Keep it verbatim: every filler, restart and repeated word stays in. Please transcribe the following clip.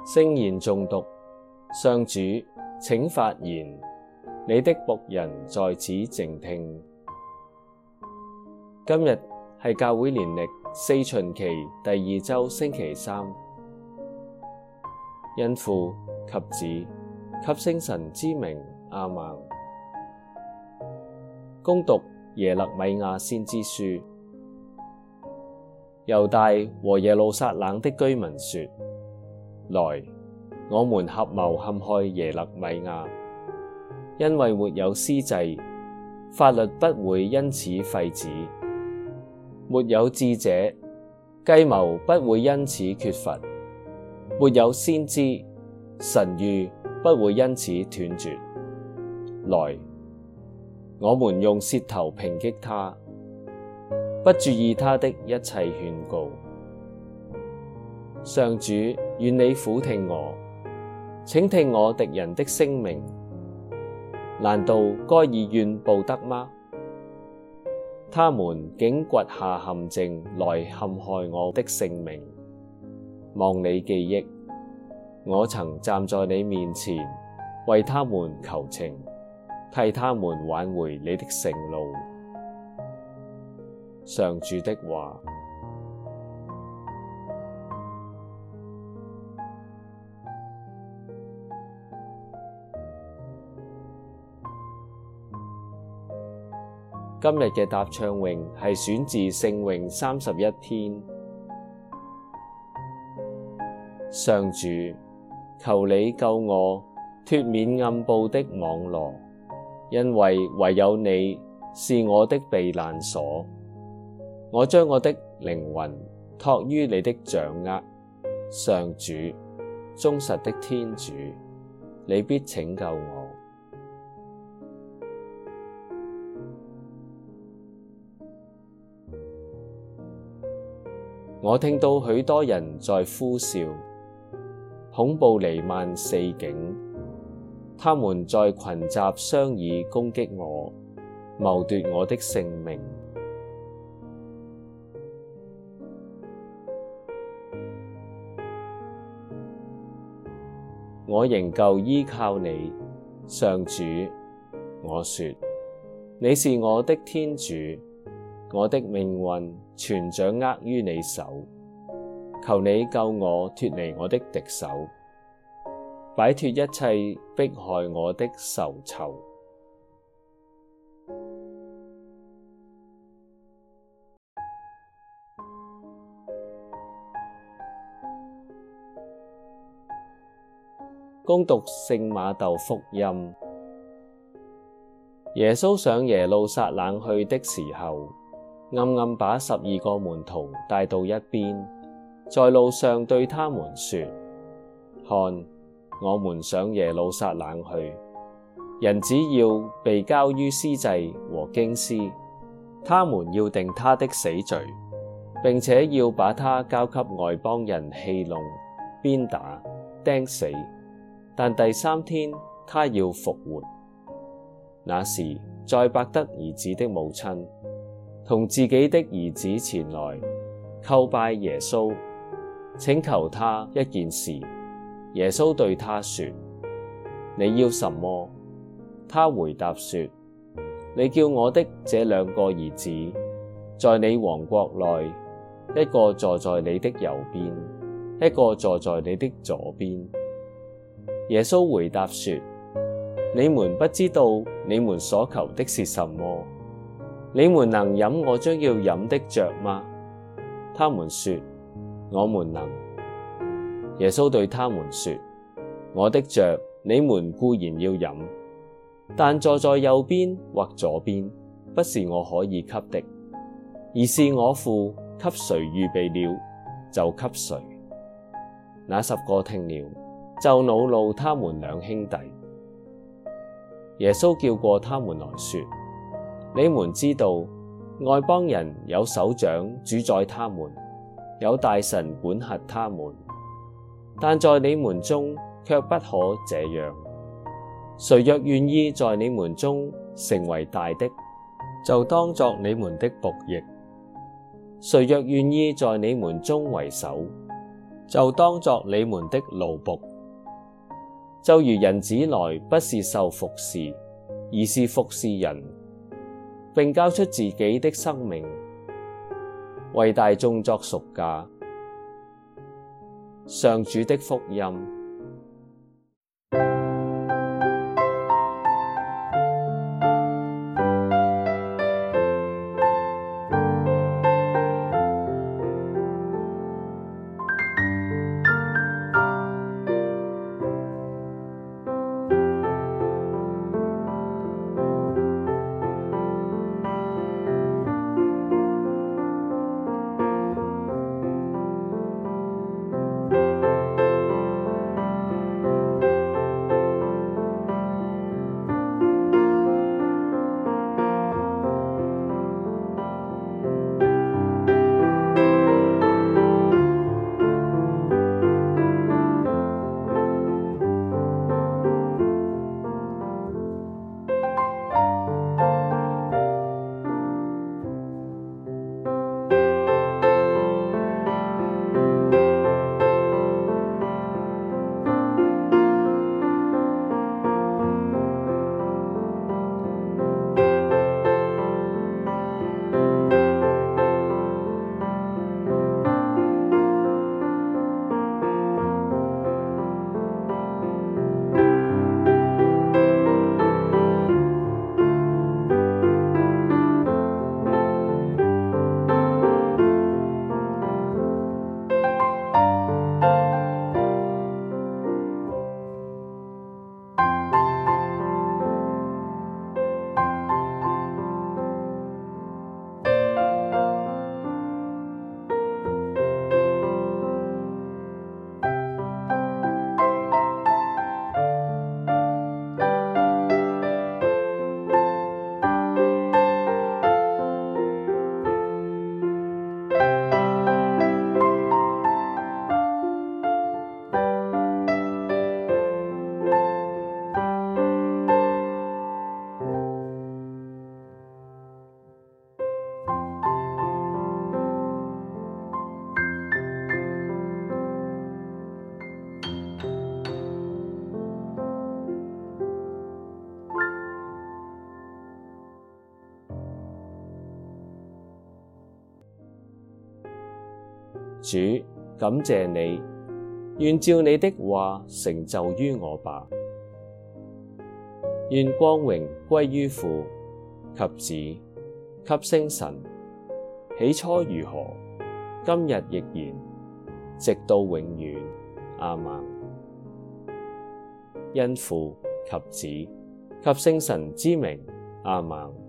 聖言誦讀。上主，請發言，你的僕人在此靜聽。今日係教會年曆四旬期第二周星期三，因父及子及聖神之名，阿們。恭讀耶肋米亞先知書。猶大和耶路撒冷的居民說：來，我們合謀陷害耶肋米亞，因為沒有司祭，法律不會因此廢止；沒有智者，計謀不會因此缺乏；沒有先知，神諭不會因此斷絕。來，我們用舌頭抨擊他，不注意他的一切勸告。上主，願你俯聽我，請聽我敵人的聲明。難道該以怨報德嗎？他們竟掘下陷阱來陷害我的性命。望你記憶，我曾站在你面前，為他們求情，替他們挽回你的盛怒。上主的話。今日嘅答唱詠係選自聖詠三十一篇。上主，求你救我脫免暗佈的網羅，因為唯有你是我的避難所。我將我的靈魂託於你的掌握。上主，忠實的天主，你必拯救我。我聽到許多人在呼嘯，恐怖瀰漫四境，他們在群集商議攻擊我，謀奪我的性命。我仍舊依靠你，上主，我說，你是我的天主，我的命運全掌握於你手。求你救我脫離我的敵手，擺脫一切迫害我的仇囚。恭讀聖瑪竇福音。耶穌上耶路撒冷去的時候，暗暗把十二個門徒帶到一邊，在路上對他們說：看，我們上耶路撒冷去，人子要被交於司祭和經師，他們要定他的死罪，並且要把他交給外邦人戲弄、鞭打、釘死。但第三天他要復活。那時，載伯德兒子的母親同自己的兒子前來叩拜耶穌，請求他一件事。耶穌對他說：你要什麼？他回答說：你叫我的這兩個兒子，在你王國內，一個坐在你的右邊，一個坐在你的左邊。耶穌回答說：你們不知道你們所求的是什麼？你們能飲我將要飲的爵嗎？他們說：我們能。耶穌對他們說：我的爵你們固然要飲，但坐在右邊或左邊，不是我可以給的，而是我父給誰預備了，就給誰。那十個聽了，就惱怒他們兩兄弟。耶穌叫過他們來說：你們知道，外邦人有首長主宰他們，有大臣管轄他們，但在你們中卻不可這樣。誰若願意在你們中成為大的，就當作你們的僕役；誰若願意在你們中為首， 就當作你們的奴僕。就如人子來不是受服侍，而是服侍人，並交出自己的生命，為大眾作贖價。上主的福音。 主，感謝你，願照你的話成就於我吧。願光榮歸於父及子及聖神，起初如何，今日亦然，直到永遠。阿們。因父及子及聖神之名。阿們。